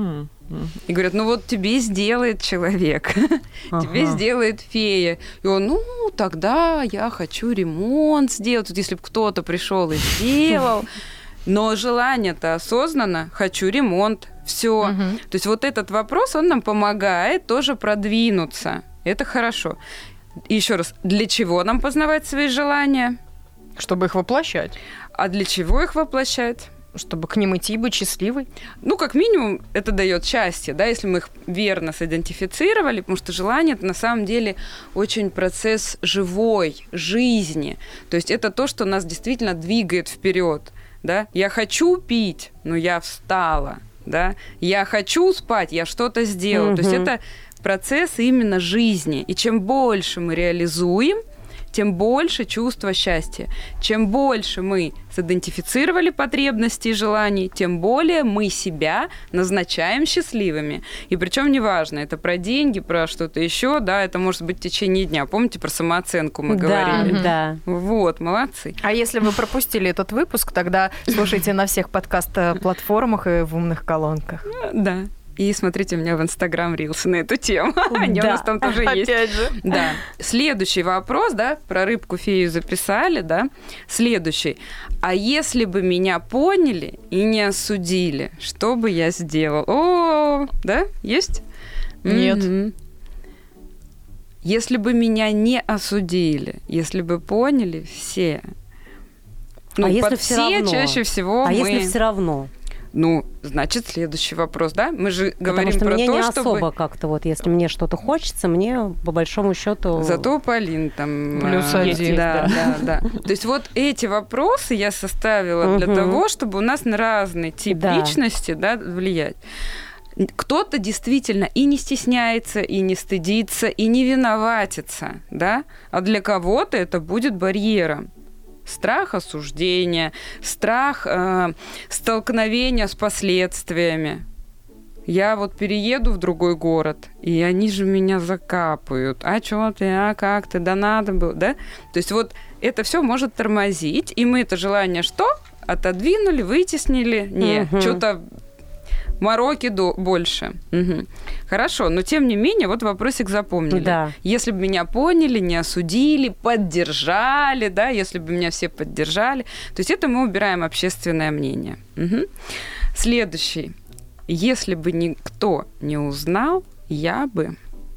И говорят, ну вот тебе сделает человек, тебе сделает фея. И он, тогда я хочу ремонт сделать. Вот если бы кто-то пришел и сделал. Но желание-то осознанно, хочу ремонт, все. То есть вот этот вопрос, он нам помогает тоже продвинуться. Это хорошо. И еще раз, для чего нам познавать свои желания? Чтобы их воплощать. А для чего их воплощать? Чтобы к ним идти и быть счастливой. Ну, как минимум, это дает счастье, да, если мы их верно сидентифицировали, потому что желание – это на самом деле очень процесс живой, жизни. То есть это то, что нас действительно двигает вперед. Да? Я хочу пить, но я встала. Да? Я хочу спать, я что-то сделала. То есть это процесс именно жизни. И чем больше мы реализуем, тем больше чувства счастья. Чем больше мы сидентифицировали потребности и желания, тем более мы себя назначаем счастливыми. И причем неважно, это про деньги, про что-то еще, да, это может быть в течение дня. Помните, про самооценку мы говорили? Да. Вот, молодцы. А если вы пропустили этот выпуск, тогда слушайте на всех подкаст-платформах и в умных колонках. Да. И смотрите у меня в Инстаграм рилсы на эту тему. Они у нас там тоже есть. Опять же. Да. Следующий вопрос, да, про рыбку-фею записали, да. Следующий. А если бы меня поняли и не осудили, что бы я сделал? О, да, есть? Нет. Если бы меня не осудили, если бы поняли все. Ну, если все равно? Чаще всего мы... если все равно? Ну, значит, следующий вопрос, да? Мы же говорим про то, что мне не чтобы... особо как-то вот, если мне что-то хочется, мне по большому счету... Зато Полин там... Плюс один. Да. То есть вот эти вопросы я составила для того, чтобы у нас на разный тип личности, да, влиять. Кто-то действительно и не стесняется, и не стыдится, и не виноватится, да? А для кого-то это будет барьером. Страх осуждения, страх столкновения с последствиями. Я вот перееду в другой город, и они же меня закапают. А что ты, а как ты, да надо было, да? То есть вот это все может тормозить, и мы это желание что? Отодвинули, вытеснили. Не, что-то... мороки больше. Хорошо, но тем не менее, вот вопросик запомнили. Да. Если бы меня поняли, не осудили, поддержали, да, если бы меня все поддержали, то есть это мы убираем общественное мнение. Следующий. Если бы никто не узнал, я бы...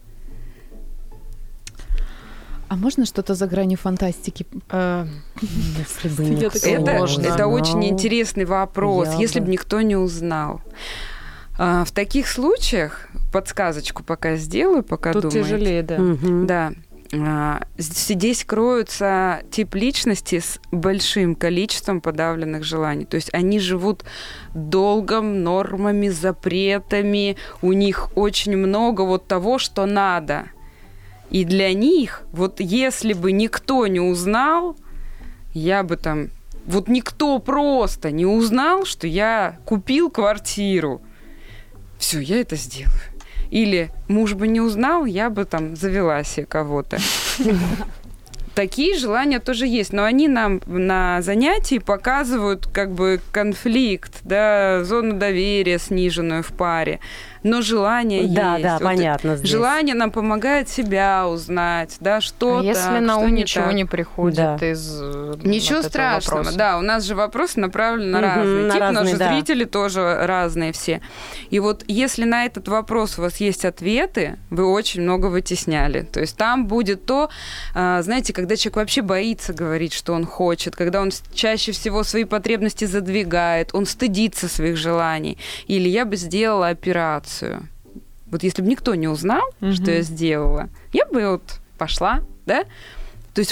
А можно что-то за гранью фантастики? Если бы никто не узнал. Это очень интересный вопрос. Если бы никто не узнал. В таких случаях, подсказочку пока сделаю, пока тут думаете. Тяжелее, да. Да. Здесь кроются тип личности с большим количеством подавленных желаний. То есть они живут долгом, нормами, запретами. У них очень много вот того, что надо. И для них, вот если бы никто не узнал, я бы там... Вот никто просто не узнал, что я купил квартиру. Все, я это сделаю. Или муж бы не узнал, я бы там завела себе кого-то. Такие желания тоже есть, но они нам на занятии показывают как бы конфликт, да, зону доверия сниженную в паре. Но желание есть. Да, вот понятно. Здесь. Желание нам помогает себя узнать, да, что а если так, на ум ничего не приходит из ничего страшного. Вопроса. Да, у нас же вопросы направлены на разный тип, наши зрители тоже разные все. И вот если на этот вопрос у вас есть ответы, вы очень много вытесняли. То есть там будет то, знаете, когда человек вообще боится говорить, что он хочет, когда он чаще всего свои потребности задвигает, он стыдится своих желаний. Или я бы сделала операцию. Вот если бы никто не узнал, что я сделала, я бы вот пошла, да? То есть вот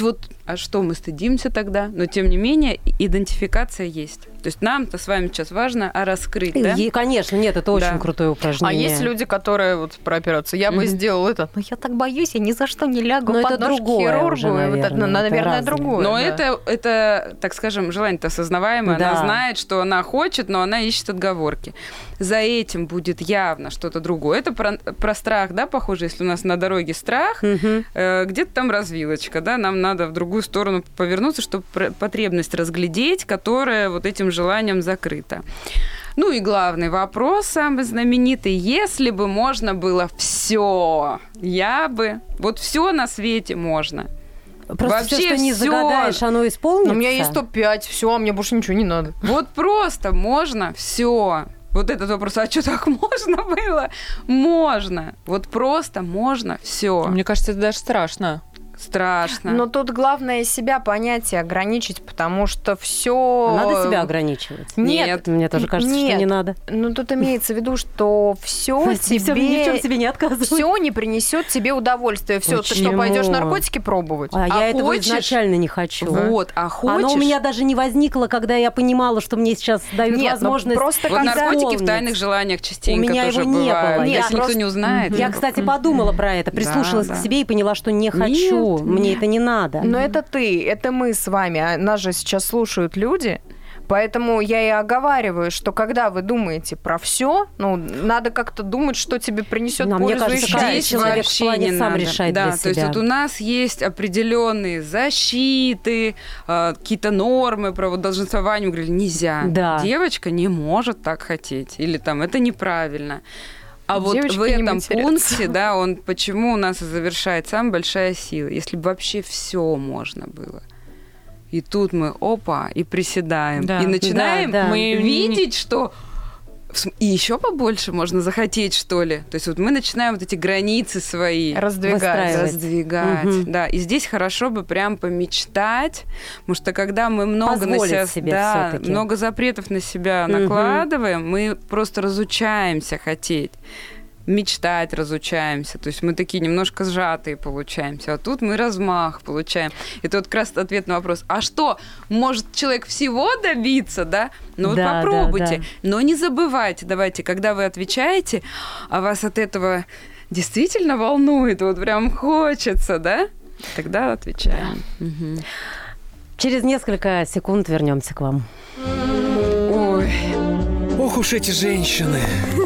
а что мы стыдимся тогда? Но, тем не менее, идентификация есть. То есть нам-то с вами сейчас важно раскрыть, да? Конечно, нет, это очень крутое упражнение. А есть люди, которые вот про операцию, я бы сделала это, но я так боюсь, я ни за что не лягу под нож к хирургу. Уже, наверное, другое. Но это, так скажем, желание-то осознаваемое, она знает, что она хочет, но она ищет отговорки. За этим будет явно что-то другое. Это про страх, да, похоже, если у нас на дороге страх, где-то там развилочка, да, нам надо в другую сторону повернуться, чтобы потребность разглядеть, которая вот этим желанием закрыта. Ну и главный вопрос, самый знаменитый. Если бы можно было все, вот все на свете можно. Просто вообще все, что не загадаешь, оно исполнится. У меня есть топ-5, все, а мне больше ничего не надо. Вот просто можно все. Вот этот вопрос, а что так можно было? Можно. Вот просто можно все. Мне кажется, это даже страшно. Страшно. Но тут главное себя понять и ограничить, потому что все. Надо себя ограничивать. Нет, мне тоже кажется, что не надо. Ну тут имеется в виду, что все тебе ни в чем себе не отказывай. Все не принесет тебе удовольствия. Все, ты что, пойдешь наркотики пробовать? А я этого изначально не хочу. Вот, а хочешь? Оно у меня даже не возникло, когда я понимала, что мне сейчас дают возможность. Просто вот наркотики в тайных желаниях частенько тоже бывают. У меня его не было. Если никто не узнает. Я, кстати, подумала про это, прислушалась к себе и поняла, что не хочу. Мне это не надо. Но это это мы с вами. Нас же сейчас слушают люди. Поэтому я и оговариваю, что когда вы думаете про все, надо как-то думать, что тебе принесет пользу. Мне кажется, здесь человек в плане сам решает для себя. То есть вот у нас есть определенные защиты, какие-то нормы про долженствование. Мы говорили, нельзя. Да. Девочка не может так хотеть. Или там это неправильно. А вот девочка в этом пункте, почему у нас и завершает самая большая сила. Если бы вообще все можно было. И тут мы, и приседаем. И начинаем видеть, что и еще побольше можно захотеть, что ли. То есть вот мы начинаем вот эти границы свои раздвигать. Да. И здесь хорошо бы прям помечтать, потому что когда мы много много запретов на себя накладываем, мы просто разучаемся хотеть. Мечтать разучаемся. То есть мы такие немножко сжатые получаемся. А тут мы размах получаем. Это вот как раз ответ на вопрос. А что, может человек всего добиться, да? Ну вот попробуйте. Но не забывайте, давайте, когда вы отвечаете, а вас от этого действительно волнует, вот прям хочется, да? Тогда отвечаем. Угу. Через несколько секунд вернемся к вам. Ой. Ох уж эти женщины.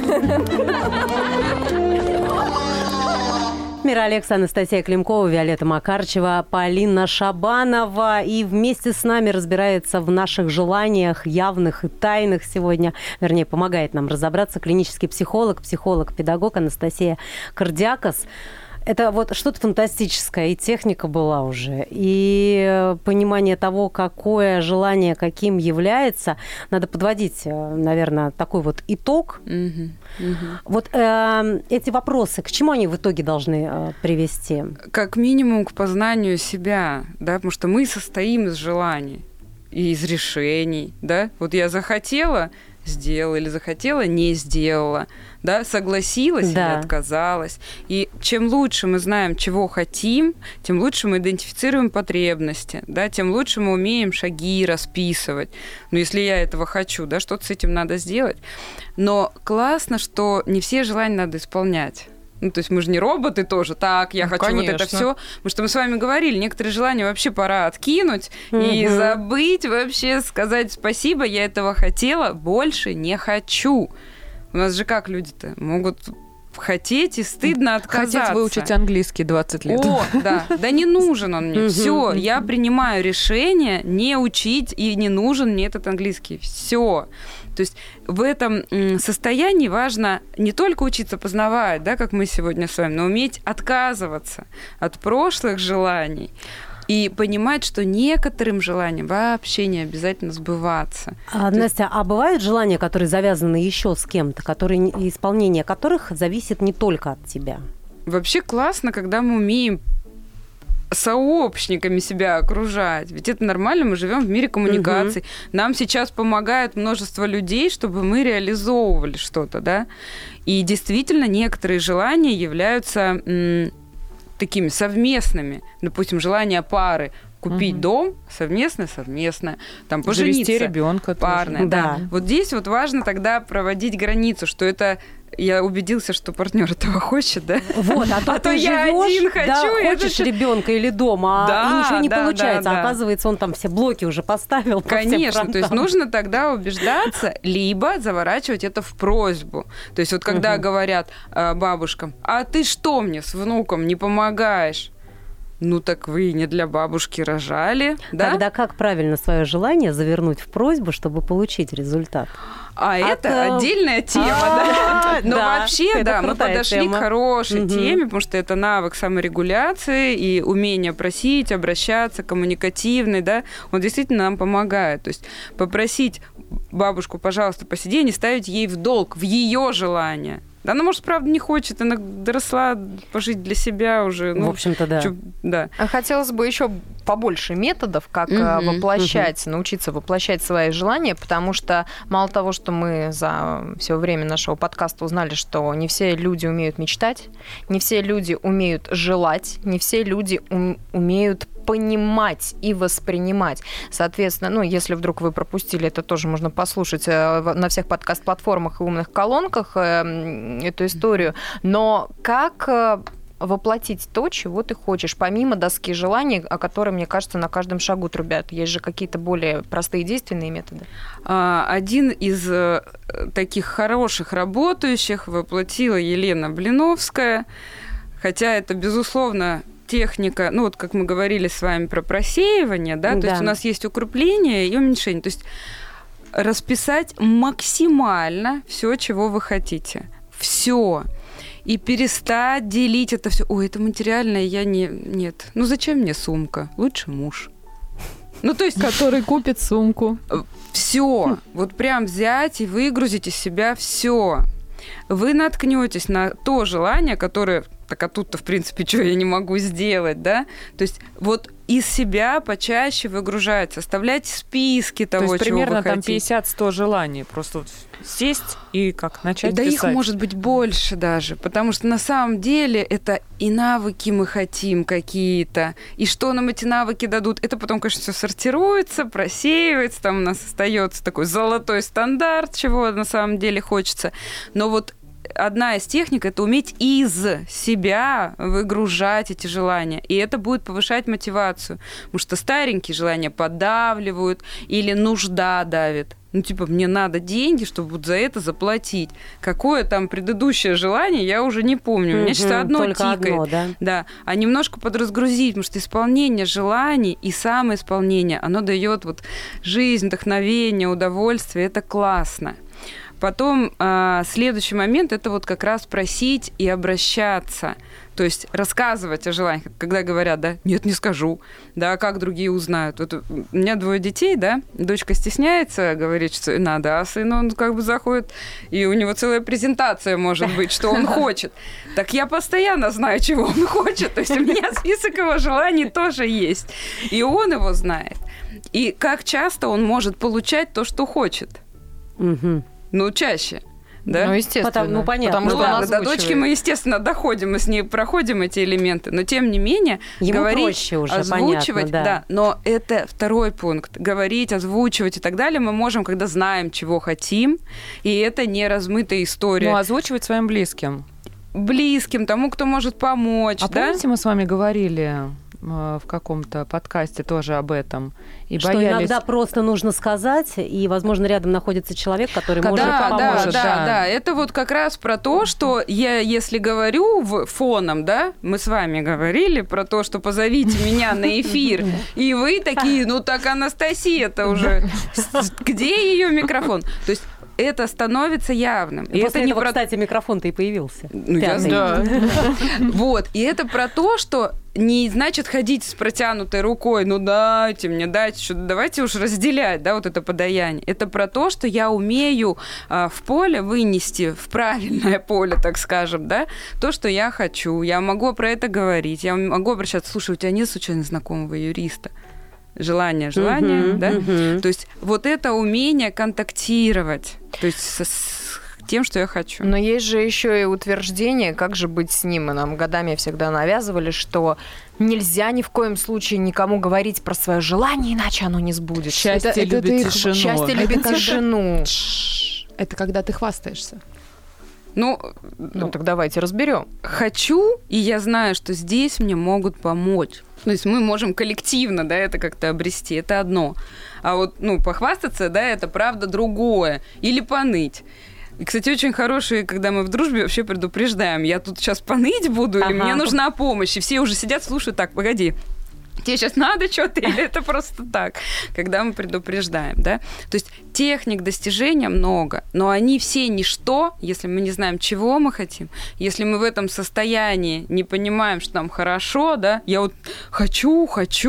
Мира Алекс, Анастасия Климкова, Виолетта Макарчева, Полина Шабанова. И вместе с нами разбирается в наших желаниях, явных и тайных сегодня. Вернее, помогает нам разобраться клинический психолог-педагог Анастасия Кардиакос. Это вот что-то фантастическое, и техника была уже, и понимание того, какое желание каким является. Надо подводить, наверное, такой вот итог. Вот эти вопросы, к чему они в итоге должны привести? Как минимум к познанию себя, да, потому что мы состоим из желаний и из решений, да. Вот я захотела – сделала, или захотела – не сделала, да, согласилась или отказалась. И чем лучше мы знаем, чего хотим, тем лучше мы идентифицируем потребности, да, тем лучше мы умеем шаги расписывать. Ну, если я этого хочу, да, что-то с этим надо сделать. Но классно, что не все желания надо исполнять. Ну, то есть мы же не роботы тоже. Так, я хочу вот это все. Потому что мы с вами говорили, некоторые желания вообще пора откинуть и забыть вообще, сказать спасибо, я этого хотела, больше не хочу. У нас же как люди-то могут хотеть и стыдно отказаться. Хотеть выучить английский 20 лет. Да не нужен он мне. Все, я принимаю решение не учить, и не нужен мне этот английский. Все. То есть в этом состоянии важно не только учиться познавать, да, как мы сегодня с вами, но уметь отказываться от прошлых желаний и понимать, что некоторым желаниям вообще не обязательно сбываться. Настя, а бывают желания, которые завязаны еще с кем-то, исполнение которых зависит не только от тебя? Вообще классно, когда мы умеем сообщниками себя окружать. Ведь это нормально, мы живем в мире коммуникаций. Нам сейчас помогает множество людей, чтобы мы реализовывали что-то, да. И действительно, некоторые желания являются такими совместными. Допустим, желание пары Купить дом совместно, там пожениться. Завести ребенка парное. Да. Вот здесь вот важно тогда проводить границу, что это я убедился, что партнер этого хочет, да? Вот, а то я один хочу. Хочешь ребенка или дома, и ничего не получается. А оказывается, он там все блоки уже поставил. Конечно, то есть нужно тогда убеждаться, либо заворачивать это в просьбу. То есть вот когда говорят бабушкам, а ты что мне с внуком не помогаешь? Ну так вы не для бабушки рожали, да? Тогда как правильно свое желание завернуть в просьбу, чтобы получить результат? Это отдельная тема, да. Но вообще, да, мы подошли к хорошей теме, потому что это навык саморегуляции и умение просить, обращаться, коммуникативный, да, он действительно нам помогает. То есть попросить бабушку, пожалуйста, посиди, не ставить ей в долг, в ее желание. Да, она, может, правда, не хочет, она доросла пожить для себя уже. В общем-то, да. Да. Хотелось бы еще побольше методов, как воплощать, научиться воплощать свои желания, потому что мало того, что мы за все время нашего подкаста узнали, что не все люди умеют мечтать, не все люди умеют желать, не все люди умеют понимать и воспринимать. Соответственно, если вдруг вы пропустили, это тоже можно послушать на всех подкаст-платформах и умных колонках эту историю. Но как воплотить то, чего ты хочешь, помимо доски желаний, о которой, мне кажется, на каждом шагу трубят? Есть же какие-то более простые действенные методы? Один из таких хороших работающих воплотила Елена Блиновская, хотя это, безусловно, техника, вот как мы говорили с вами про просеивание, да, то есть у нас есть укрепление и уменьшение, то есть расписать максимально все, чего вы хотите. Все. И перестать делить это все. Ой, это материальное, нет. Зачем мне сумка? Лучше муж. То есть, который купит сумку. Все. Вот прям взять и выгрузить из себя все. Вы наткнетесь на то желание, которое... Так, а тут-то, в принципе, что я не могу сделать, да? То есть вот из себя почаще выгружать, составлять списки того, чего вы хотите. То есть примерно там 50-100 желаний. Просто вот сесть и начать писать. Да их может быть больше даже, потому что на самом деле это и навыки мы хотим какие-то, и что нам эти навыки дадут. Это потом, конечно, все сортируется, просеивается, там у нас остается такой золотой стандарт, чего на самом деле хочется. Но вот одна из техник – это уметь из себя выгружать эти желания. И это будет повышать мотивацию. Потому что старенькие желания подавливают или нужда давит. Мне надо деньги, чтобы вот за это заплатить. Какое там предыдущее желание, я уже не помню. У меня сейчас одно тикает. Одно, да? Да. А немножко подразгрузить, потому что исполнение желаний и самоисполнение, оно дает жизнь, вдохновение, удовольствие. Это классно. Потом следующий момент – это как раз просить и обращаться. То есть рассказывать о желаниях, когда говорят, да, нет, не скажу, да, как другие узнают. Вот у меня 2 детей, да, дочка стесняется, говорит, что надо, а сын, он заходит, и у него целая презентация может быть, что он хочет. Так я постоянно знаю, чего он хочет, то есть у меня список его желаний тоже есть, и он его знает. И как часто он может получать то, что хочет. Чаще. Да? Естественно. Понятно. Потому что до дочки мы, естественно, доходим, мы с ней проходим эти элементы, но тем не менее говорить, уже, озвучивать, понятно, да. Но это второй пункт. Говорить, озвучивать и так далее мы можем, когда знаем, чего хотим, и это не размытая история. Озвучивать своим близким. Близким, тому, кто может помочь. Помните, мы с вами говорили в каком-то подкасте тоже об этом. И что боялись... иногда просто нужно сказать, и, возможно, рядом находится человек, который может помочь. Да, это как раз про то, что я, если говорю фоном, да, мы с вами говорили про то, что позовите меня на эфир, и вы такие, так Анастасия-то уже, где ее микрофон? То есть это становится явным. И после этого, кстати, микрофон-то и появился. Да. И это про то, что не значит ходить с протянутой рукой, дайте мне, давайте уж разделять, да, это подаяние. Это про то, что я умею в поле вынести, в правильное поле, так скажем, да, то, что я хочу. Я могу про это говорить, я могу обращаться, слушай, у тебя нет случайно знакомого юриста? Желание, да? То есть это умение контактировать, то есть с тем, что я хочу. Но есть же еще и утверждение, как же быть с ним. И нам годами всегда навязывали, что нельзя ни в коем случае никому говорить про свое желание, иначе оно не сбудется. Счастье любит тишину. Счастье любит тишину. Это когда ты хвастаешься. Ну, так давайте разберем. Хочу, и я знаю, что здесь мне могут помочь. То есть мы можем коллективно, да, это как-то обрести, это одно. А вот, похвастаться, да, это правда другое. Или поныть. И, кстати, очень хорошие, когда мы в дружбе вообще предупреждаем. Я тут сейчас поныть буду, или мне нужна помощь. И все уже сидят, слушают, так, погоди. Тебе сейчас надо что-то, или это просто так, когда мы предупреждаем, да? То есть техник достижения много, но они все ничто, если мы не знаем, чего мы хотим, если мы в этом состоянии не понимаем, что нам хорошо, да? Я вот хочу,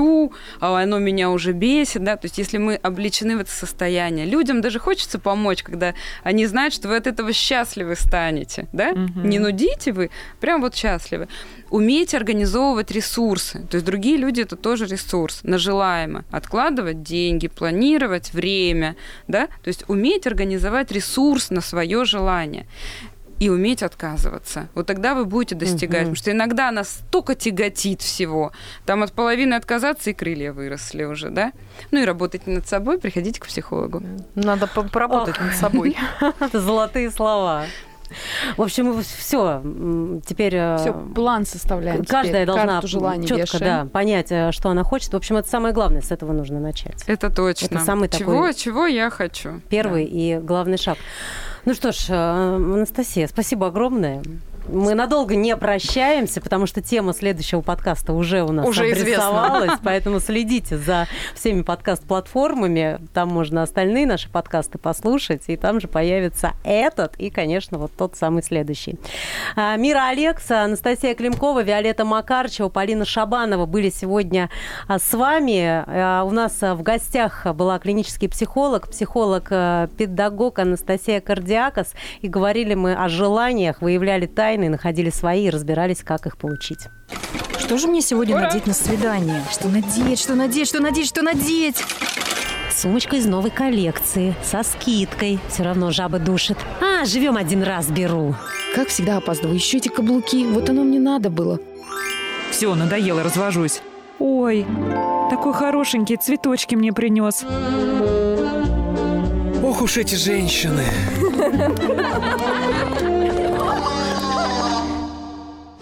а оно меня уже бесит, да? То есть если мы облечены в это состояние, людям даже хочется помочь, когда они знают, что вы от этого счастливы станете, да? Не нудите вы, прям вот счастливы. Уметь организовывать ресурсы. То есть другие люди – это тоже ресурс на желаемое. Откладывать деньги, планировать время. Да? То есть уметь организовать ресурс на свое желание. И уметь отказываться. Вот тогда вы будете достигать. Потому что иногда нас столько тяготит всего. Там от половины отказаться, и крылья выросли уже. Да? И работать над собой, приходите к психологу. Надо поработать над собой. Это золотые слова. В общем, все. Теперь все, план составляем. Каждая должна четко понять, что она хочет. В общем, это самое главное. С этого нужно начать. Это точно. Это самый чего я хочу. Первый и главный шаг. Ну что ж, Анастасия, спасибо огромное. Мы надолго не прощаемся, потому что тема следующего подкаста уже у нас обрисовалась, поэтому следите за всеми подкаст-платформами. Там можно остальные наши подкасты послушать, и там же появится этот и, конечно, вот тот самый следующий. Мира Алекса, Анастасия Климкова, Виолетта Макарчева, Полина Шабанова были сегодня с вами. У нас в гостях была клинический психолог, психолог-педагог Анастасия Кардиакос, и говорили мы о желаниях, выявляли тайны, находили свои и разбирались, как их получить. Что же мне сегодня надеть на свидание? Что надеть? Сумочка из новой коллекции, со скидкой. Все равно жаба душит. Живем один раз, беру. Как всегда опаздываю. Еще эти каблуки. Вот оно мне надо было. Все, надоело, развожусь. Ой, такой хорошенький, цветочки мне принес. Ох уж эти женщины.